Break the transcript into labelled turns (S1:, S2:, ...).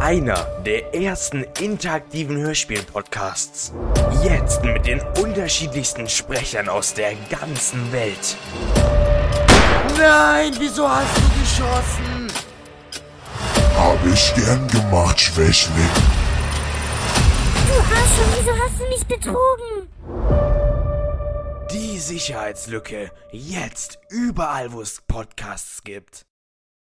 S1: Einer der ersten interaktiven Hörspiel-Podcasts. Jetzt mit den unterschiedlichsten Sprechern aus der ganzen Welt. Nein, wieso hast du geschossen?
S2: Hab ich gern gemacht, Schwächling.
S3: Du Arschloch, wieso hast du mich betrogen?
S1: Die Sicherheitslücke, jetzt überall, wo es Podcasts gibt.